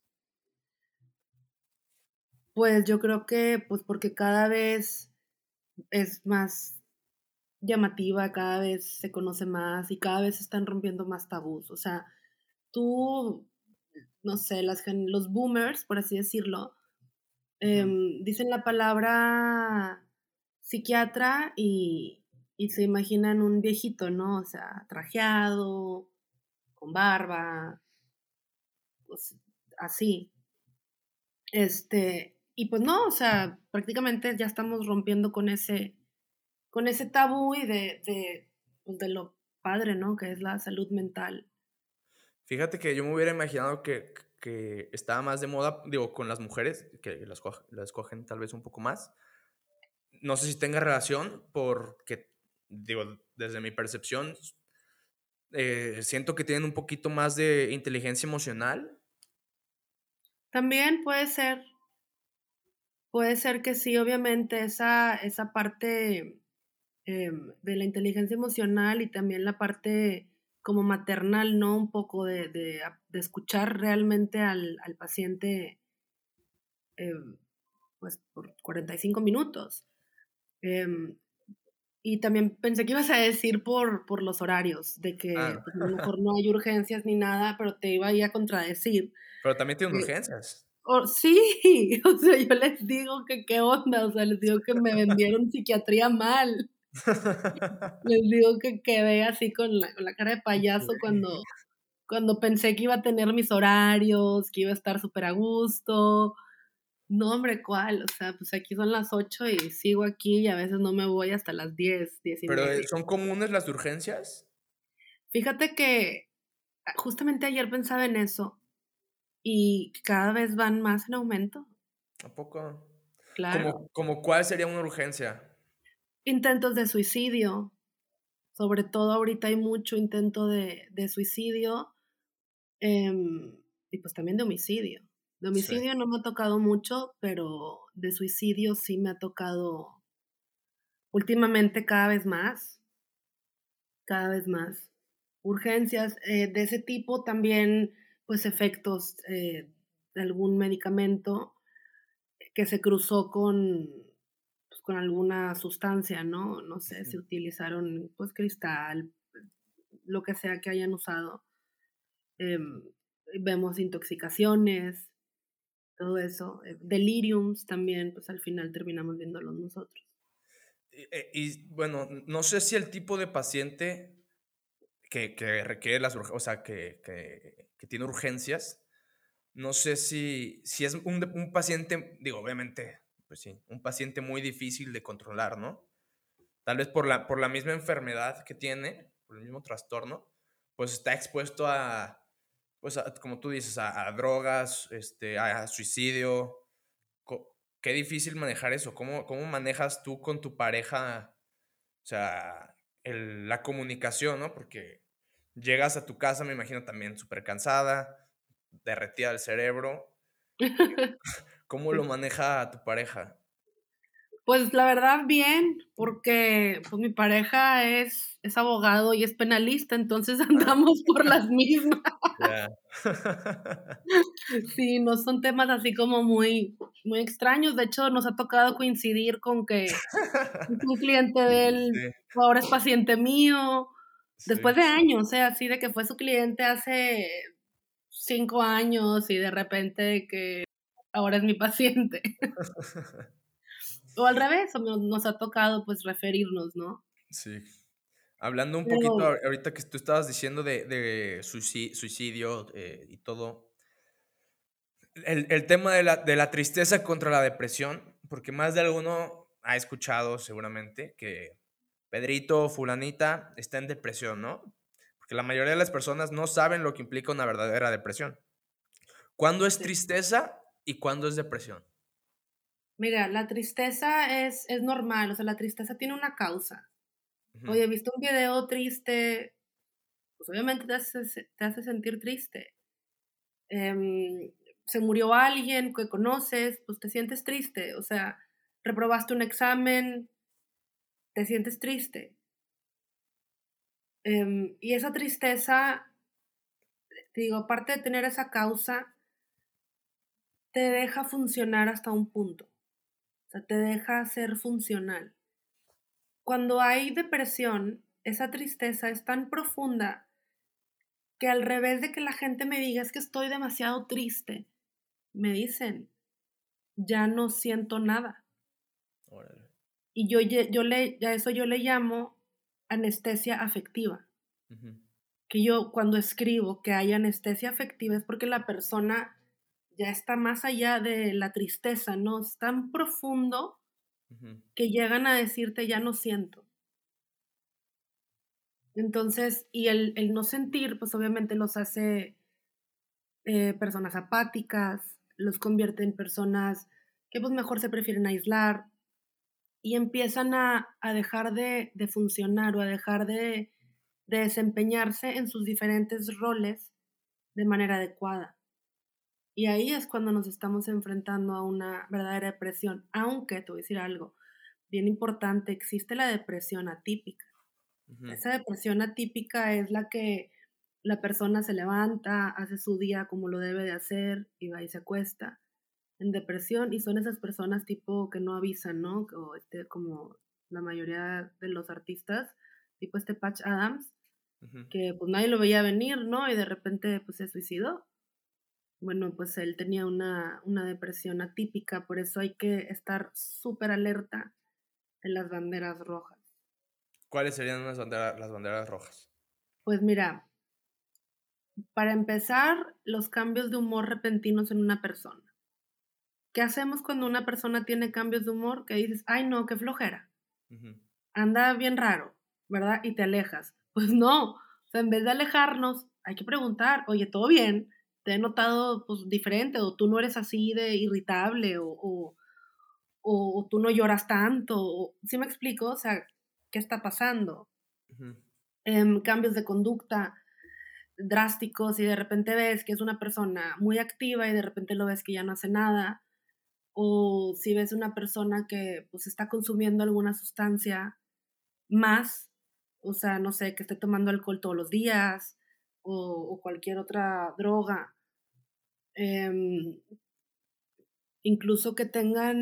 Pues, yo creo que, pues, porque cada vez es más llamativa, cada vez se conoce más y cada vez se están rompiendo más tabús. O sea, tú, no sé, las gen los boomers, por así decirlo, Ujú. em, dicen la palabra psiquiatra y y se imaginan un viejito, ¿no? O sea, trajeado, con barba, pues, así. Este, y pues no, o sea, prácticamente ya estamos rompiendo con ese con ese tabú y de de, pues, de lo padre, ¿no? Que es la salud mental. Fíjate que yo me hubiera imaginado que, que estaba más de moda, digo, con las mujeres, que las, co- las cogen tal vez un poco más. No sé si tenga relación, porque, digo, desde mi percepción, eh, siento que tienen un poquito más de inteligencia emocional. También puede ser puede ser que sí, obviamente, esa esa parte, em, de la inteligencia emocional y también la parte como maternal, ¿no? Un poco de de ap de escuchar realmente al al paciente, em, pues, por cuarenta y cinco minutos. Em, y también pensé que ibas a decir por por los horarios, de Ah, que, no. pues, a lo mejor no hay urgencias ni nada, pero te iba ahí a contradecir. Pero también tienen Eh, urgencias. o sí, o sea, yo les digo que qué onda, o sea, les digo que me vendieron psiquiatría mal. Les digo que quedé así con la con la cara de payaso cuando cuando pensé que iba a tener mis horarios, que iba a estar súper a gusto. No, hombre, ¿cuál? O sea, pues aquí son las ocho y sigo aquí y a veces no me voy hasta las diez, diez y Pero, eh, media. ¿son comunes las urgencias? Fíjate que ah, justamente ayer pensaba en eso y cada vez van más en aumento, ¿A poco? claro. ¿Como como cuál sería una urgencia? Intentos de suicidio, sobre todo ahorita hay mucho intento de de suicidio, em, y pues también de homicidio. De Sí. homicidio no me ha tocado mucho, pero de suicidio sí me ha tocado últimamente cada vez más, cada vez más. Urgencias, eh, de ese tipo también, pues efectos, eh, de algún medicamento que se cruzó con, pues, con alguna sustancia, ¿no? No sé, Ujú. si utilizaron, pues, cristal, lo que sea que hayan usado. Em, Vemos intoxicaciones, todo eso, eh, deliriums también, pues, al final terminamos viéndolos nosotros. Y, eh, y bueno, no sé si el tipo de paciente que que requiere las urg o sea, que que que tiene urgencias, no sé si si es un de un paciente, digo, obviamente, pues sí, un paciente muy difícil de controlar, ¿no? Tal vez por la por la misma enfermedad que tiene, por el mismo trastorno, pues está expuesto a, pues, a como tú dices, a a drogas, este, a a suicidio. Co Qué difícil manejar eso. ¿Cómo cómo manejas tú con tu pareja, o sea, el la comunicación, no? Porque llegas a tu casa, me imagino, también supercansada, derretida del cerebro. ¿Cómo lo Sí. maneja tu pareja? Pues, la verdad, bien, porque, pues, mi pareja es es abogado y es penalista, entonces Ah, andamos por las mismas. ya. Sí, no son temas así como muy muy extraños. De hecho, nos ha tocado coincidir con que es un cliente de él, Sí, ahora es paciente mío, sí. después de años, ¿eh? Así de que fue su cliente hace cinco años y de repente que ahora es mi paciente. O al revés, o no nos ha tocado, pues, referirnos, ¿no? Sí. Hablando un poquito Pero a ahorita que tú estabas diciendo de de suici suicidio, eh, y todo, el el tema de la de la tristeza contra la depresión, porque más de alguno ha escuchado seguramente que Pedrito o fulanita está en depresión, ¿no? Porque la mayoría de las personas no saben lo que implica una verdadera depresión. ¿Cuándo es sí. tristeza y cuándo es depresión? Mira, la tristeza es es normal, o sea, la tristeza tiene una causa. Ujú, Oye, ¿viste un video triste? Pues, obviamente te hace se te hace sentir triste. Em, Se murió alguien que conoces, pues, te sientes triste, o sea, reprobaste un examen, te sientes triste. Em, y esa tristeza, te digo, aparte de tener esa causa, te deja funcionar hasta un punto, o sea, te deja ser funcional. Cuando hay depresión, esa tristeza es tan profunda que al revés de que la gente me diga: "Es que estoy demasiado triste", me dicen: "Ya no siento nada". órale. Y yo ye yo le a eso yo le llamo anestesia afectiva, Ujú, que yo cuando escribo que hay anestesia afectiva es porque la persona ya está más allá de la tristeza, ¿no? Es tan profundo ujú. que llegan a decirte: "Ya no siento". Entonces, y el el no sentir, pues, obviamente los hace, eh, personas apáticas, los convierte en personas que, pues, mejor se prefieren aislar y empiezan a a dejar de de funcionar o a dejar de de desempeñarse en sus diferentes roles de manera adecuada. Y ahí es cuando nos estamos enfrentando a una verdadera depresión, aunque te voy a decir algo bien importante, existe la depresión atípica. Ujú. Esa depresión atípica es la que la persona se levanta, hace su día como lo debe de hacer y va y se acuesta en depresión, y son esas personas tipo que no avisan, ¿no? O, este, como la mayoría de los artistas, tipo este Patch Adams, Ujú. que, pues, nadie lo veía venir, ¿no? Y de repente, pues, se suicidó. Bueno, pues, él tenía una una depresión atípica, por eso hay que estar súper alerta en las banderas rojas. ¿Cuáles serían unas banderas las banderas rojas? Pues mira, para empezar, los cambios de humor repentinos en una persona, ¿qué hacemos cuando una persona tiene cambios de humor que dices: "Ay, no, qué flojera"? Ujú. Anda bien raro, ¿verdad? Y te alejas. Pues no, o sea, en vez de alejarnos, hay que preguntar: "Oye, ¿todo bien? Te he notado, pues, diferente, o tú no eres así de irritable, o o o o tú no lloras tanto", o, ¿sí me explico? O sea, ¿qué está pasando? Ujú. Em, cambios de conducta drásticos, y de repente ves que es una persona muy activa, y de repente lo ves que ya no hace nada, o si ves una persona que, pues, está consumiendo alguna sustancia más, o sea, no sé, que esté tomando alcohol todos los días o, o cualquier otra droga, em, incluso que tengan,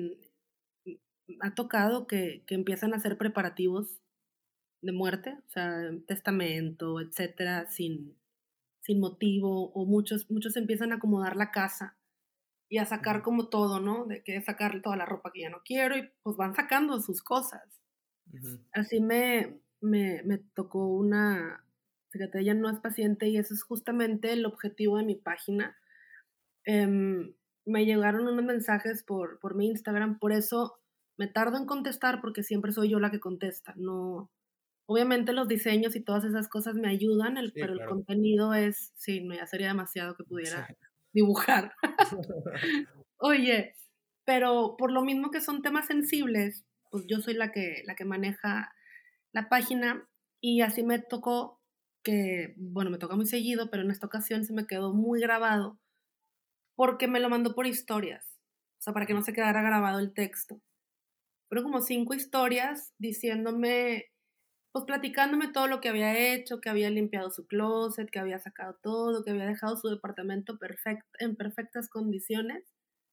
ha tocado que, que empiezan a hacer preparativos de muerte, o sea, testamento, etcétera, sin, sin motivo, o muchos, muchos empiezan a acomodar la casa y a sacar Ujú. como todo, ¿no? De que sacar toda la ropa que ya no quiero y pues van sacando sus cosas. Ujú. Así me me me tocó una, fíjate, ella no es paciente y ese es justamente el objetivo de mi página. Em, Me llegaron unos mensajes por por mi Instagram, por eso me tardo en contestar, porque siempre soy yo la que contesta, no, obviamente los diseños y todas esas cosas me ayudan, el Sí, pero el claro. contenido es sí, no, ya sería demasiado que Sí. pudiera dibujar. Oye, pero por lo mismo que son temas sensibles, pues yo soy la que la que maneja la página, y así me tocó que, bueno, me toca muy seguido, pero en esta ocasión se me quedó muy grabado, porque me lo mandó por historias, o sea, para que no se quedara grabado el texto. Fueron como cinco historias diciéndome, pues, platicándome todo lo que había hecho, que había limpiado su closet, que había sacado todo, que había dejado su departamento perfect en perfectas condiciones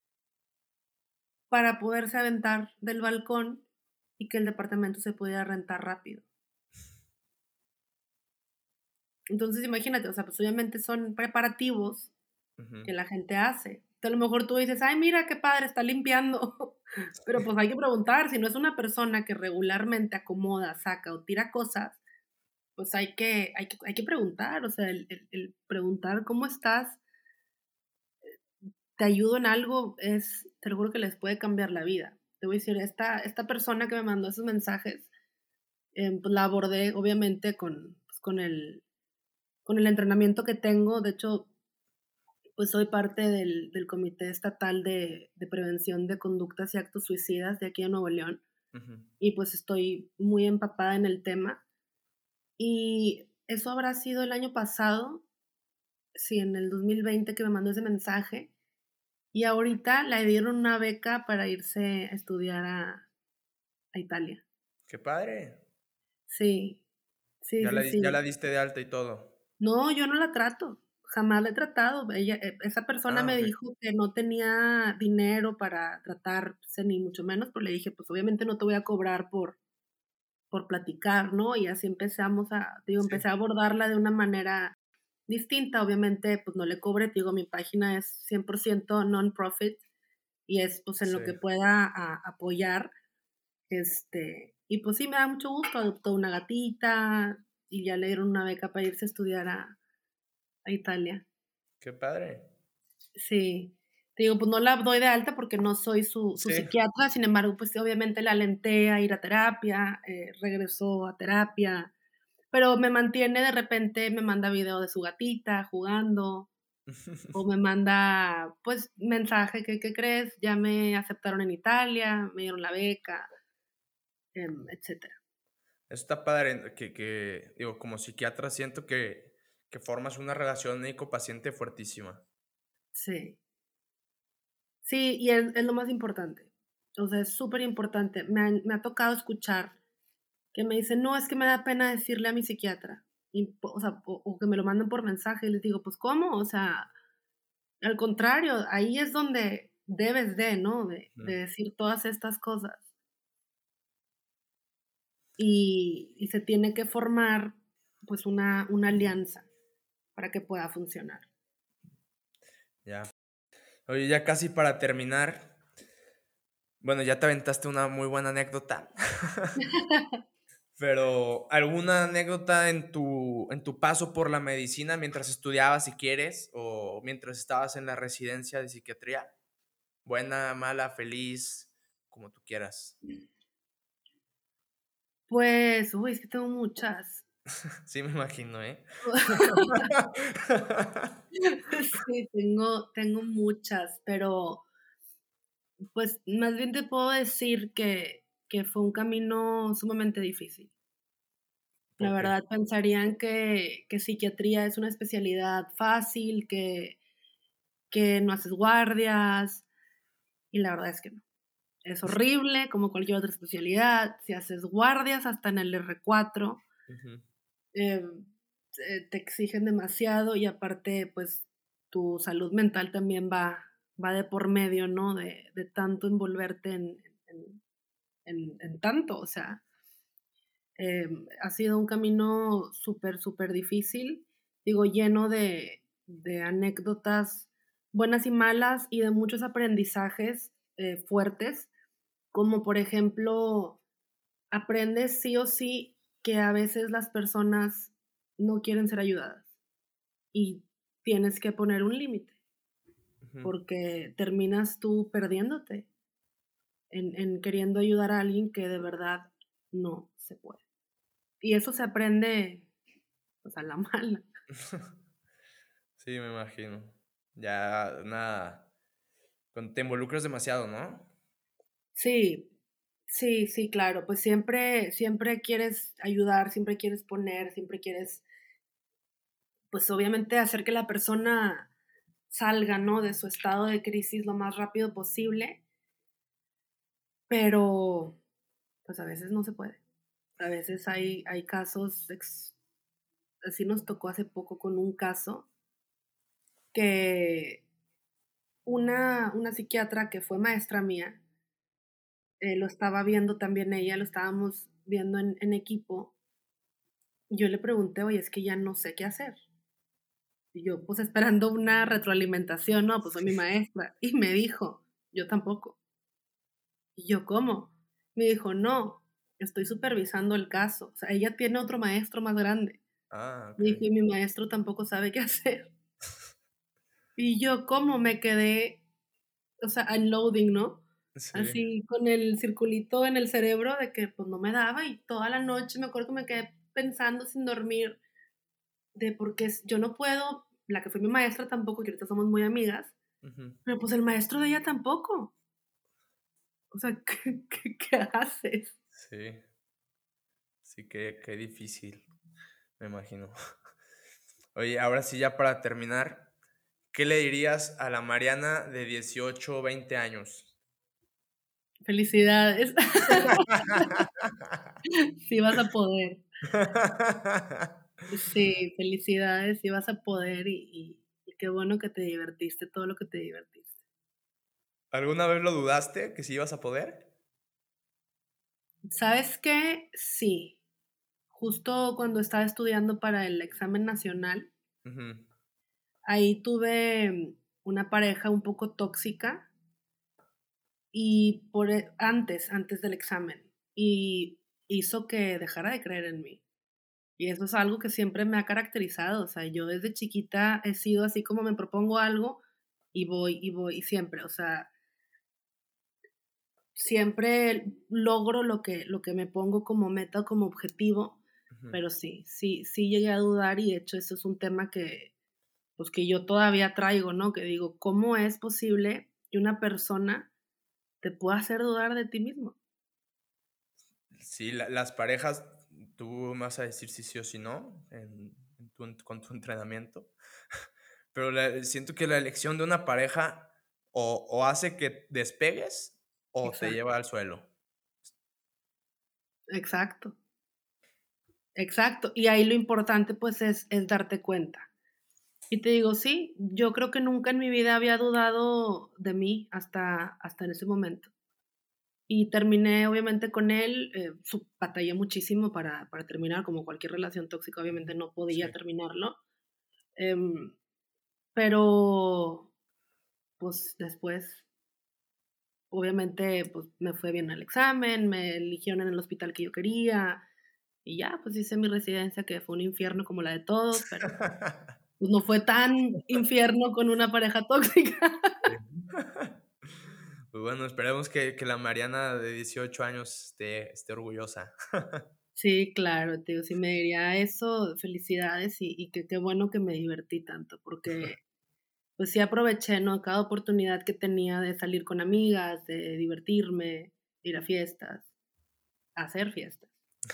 para poderse aventar del balcón y que el departamento se pudiera rentar rápido. Entonces, imagínate, o sea, pues, obviamente son preparativos Ujú. que la gente hace. Que a lo mejor tú dices: "Ay, mira qué padre, está limpiando", pero, pues, hay que preguntar, si no es una persona que regularmente acomoda, saca o tira cosas, pues, hay que hay que hay que preguntar, o sea, el el el preguntar: "¿Cómo estás? ¿Te ayudo en algo?", es te lo juro que les puede cambiar la vida. Te voy a decir, esta esta persona que me mandó esos mensajes, em, pues, la abordé obviamente con, pues, con el con el entrenamiento que tengo. De hecho, pues soy parte del, del Comité Estatal de, de Prevención de Conductas y Actos Suicidas de aquí de Nuevo León, Ujú. y pues estoy muy empapada en el tema. Y eso habrá sido el año pasado, sí, en el dos mil veinte que me mandó ese mensaje, y ahorita le dieron una beca para irse a estudiar a, a Italia. Qué padre. Sí, sí, Ya sí, la, dis- ya sí. la diste de alta y todo. No, yo no la trato, jamás la he tratado. Ella, eh, esa persona Ah, me ok. dijo que no tenía dinero para tratarse, ni mucho menos, pero le dije: "Pues, obviamente no te voy a cobrar por por platicar", ¿no? Y así empezamos a digo, Sí, empecé a abordarla de una manera distinta. Obviamente, pues, no le cobré, te digo, mi página es cien por ciento non-profit y es, pues, en sí. lo que pueda a apoyar, este, y pues sí, me da mucho gusto, adoptó una gatita y ya le dieron una beca para irse a estudiar a a Italia. Qué padre. Sí, te digo, pues no la doy de alta porque no soy su su Sí. psiquiatra, sin embargo, pues sí, obviamente la alenté a ir a terapia, eh, regresó a terapia, pero me mantiene, de repente me manda video de su gatita jugando, o me manda, pues, mensaje que, ¿qué crees? Ya me aceptaron en Italia, me dieron la beca, em, etcétera. Está padre que, que, digo, como psiquiatra siento que, que formas una relación médico-paciente fuertísima. Sí, sí, y es es lo más importante. O sea, es súper importante. Me han me ha tocado escuchar que me dicen: "No, es que me da pena decirle a mi psiquiatra", y, po o sea, o o que me lo mandan por mensaje, y les digo: "Pues, ¿cómo?". O sea, al contrario, ahí es donde debes de, ¿no? De de Ujú. decir todas estas cosas. Y y se tiene que formar, pues, una una alianza para que pueda funcionar. Ya. Oye, ya casi para terminar, bueno, ya te aventaste una muy buena anécdota, pero ¿alguna anécdota en tu, en tu paso por la medicina mientras estudiabas, si quieres, o mientras estabas en la residencia de psiquiatría? Buena, mala, feliz, como tú quieras. Pues, uy, es que tengo muchas. Sí, me imagino, ¿eh? Sí, tengo, tengo muchas, pero pues más bien te puedo decir que, que fue un camino sumamente difícil. La ¿Por qué? verdad, pensarían que, que psiquiatría es una especialidad fácil, que, que no haces guardias, y la verdad es que no. Es horrible, como cualquier otra especialidad. Si haces guardias hasta en el R cuatro, Ujú. eh, te te exigen demasiado y aparte, pues, tu salud mental también va va de por medio, ¿no? De de tanto envolverte en en en en tanto, o sea, em, ha sido un camino súper, súper difícil, digo, lleno de de anécdotas buenas y malas, y de muchos aprendizajes, eh, fuertes, como por ejemplo, aprendes sí o sí que a veces las personas no quieren ser ayudadas y tienes que poner un límite, Ujú. porque terminas tú perdiéndote en, en queriendo ayudar a alguien que de verdad no se puede. Y eso se aprende pues a la mala. Sí, me imagino. Ya, nada, cuando te involucras demasiado, ¿no? Sí, sí, sí, claro, pues siempre, siempre quieres ayudar, siempre quieres poner, siempre quieres, pues obviamente hacer que la persona salga, ¿no? De su estado de crisis lo más rápido posible, pero pues a veces no se puede. A veces hay, hay casos, ex- así nos tocó hace poco con un caso que una, una psiquiatra que fue maestra mía, eh, lo estaba viendo también ella, lo estábamos viendo en, en equipo, y yo le pregunté, oye, es que ya no sé qué hacer. Y yo, pues esperando una retroalimentación, no, pues soy mi maestra. Y me dijo, yo tampoco. Y yo, ¿cómo? Me dijo, no, estoy supervisando el caso. O sea, ella tiene otro maestro más grande. Ah, Me dijo, ok. y mi maestro tampoco sabe qué hacer. Y yo, ¿cómo? Me quedé, o sea, unloading, ¿no? Sí. Así con el circulito en el cerebro de que pues no me daba y toda la noche me acuerdo que me quedé pensando sin dormir de por qué yo no puedo, la que fue mi maestra tampoco, que ahorita somos muy amigas, Ujú. pero pues el maestro de ella tampoco. O sea, ¿qué, qué, qué haces? Sí, sí, qué, qué difícil, me imagino. Oye, ahora sí, ya para terminar, ¿qué le dirías a la Mariana de dieciocho o veinte años? Felicidades. Sí vas a poder. Sí, felicidades, sí vas a poder y, y, y qué bueno que te divertiste todo lo que te divertiste. ¿Alguna vez lo dudaste que sí ibas a poder? ¿Sabes qué? Sí. Justo cuando estaba estudiando para el examen nacional, Ujú. ahí tuve mm, una pareja un poco tóxica y por e- antes, antes del examen, y hizo que dejara de creer en mí. Y eso es algo que siempre me ha caracterizado, o sea, yo desde chiquita he sido así como me propongo algo y voy y voy y siempre, o sea, siempre logro lo que lo que me pongo como meta, como objetivo, Ujú. pero sí, sí, sí llegué a dudar y de hecho eso es un tema que, pues, que yo todavía traigo, ¿no? Que digo, ¿cómo es posible que una persona te pueda hacer dudar de ti mismo? Sí, la- las parejas, tú me vas a decir si sí o si no en, en tu, en- con tu entrenamiento, pero la- siento que la elección de una pareja o, o hace que despegues o te Exacto, lleva al suelo. exacto, exacto. Y ahí lo importante, pues, es es darte cuenta. Y te digo, sí, yo creo que nunca en mi vida había dudado de mí hasta hasta en ese momento. Y terminé, obviamente, con él, eh, su batallé muchísimo para para terminar, como cualquier relación tóxica, obviamente, no Sí. podía terminarlo, em, pero, pues, después, obviamente, pues, me fue bien el examen, me eligieron en el hospital que yo quería, y ya, pues, hice mi residencia, que fue un infierno como la de todos, pero, pues, no fue tan infierno con una pareja tóxica. Sí. bueno, esperemos que, que la Mariana de dieciocho años esté, esté orgullosa. Sí, claro, tío, si me diría eso, felicidades y, y que qué bueno que me divertí tanto, porque pues sí aproveché, ¿no? Cada oportunidad que tenía de salir con amigas, de divertirme, ir a fiestas, hacer fiestas.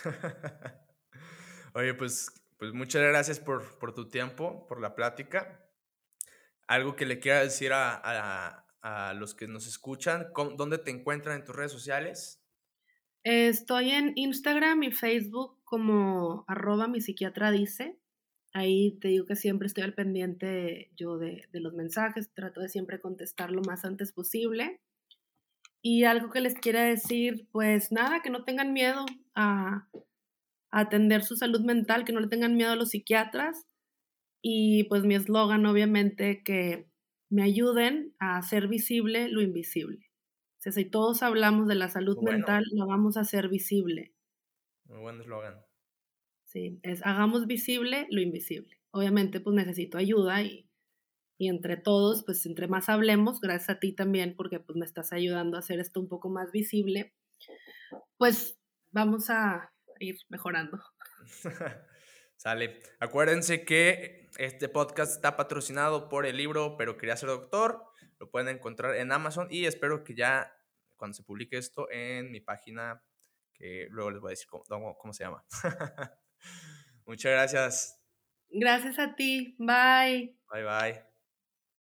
Oye, pues, pues muchas gracias por, por tu tiempo, por la plática. Algo que le quiera decir a, a- a los que nos escuchan, ¿cómo- ¿dónde te encuentran en tus redes sociales? Estoy en Instagram y Facebook como arroba mi psiquiatra dice. Ahí te digo que siempre estoy al pendiente yo de, de los mensajes, trato de siempre contestar lo más antes posible. Y algo que les quiera decir, pues nada, que no tengan miedo a, a atender su salud mental, que no le tengan miedo a los psiquiatras. Y pues mi eslogan, obviamente, que me ayuden a hacer visible lo invisible. O sea, si todos hablamos de la salud Muy bueno, mental, la vamos a hacer visible. muy buen eslogan. Sí, es hagamos visible lo invisible. Obviamente, pues necesito ayuda y, y entre todos, pues entre más hablemos, gracias a ti también, porque pues me estás ayudando a hacer esto un poco más visible, pues vamos a ir mejorando. Sale. Acuérdense que este podcast está patrocinado por el libro Pero quería ser doctor. Lo pueden encontrar en Amazon y espero que ya cuando se publique esto en mi página, que luego les voy a decir cómo, cómo- cómo se llama. Muchas gracias. Gracias a ti, bye. Bye bye.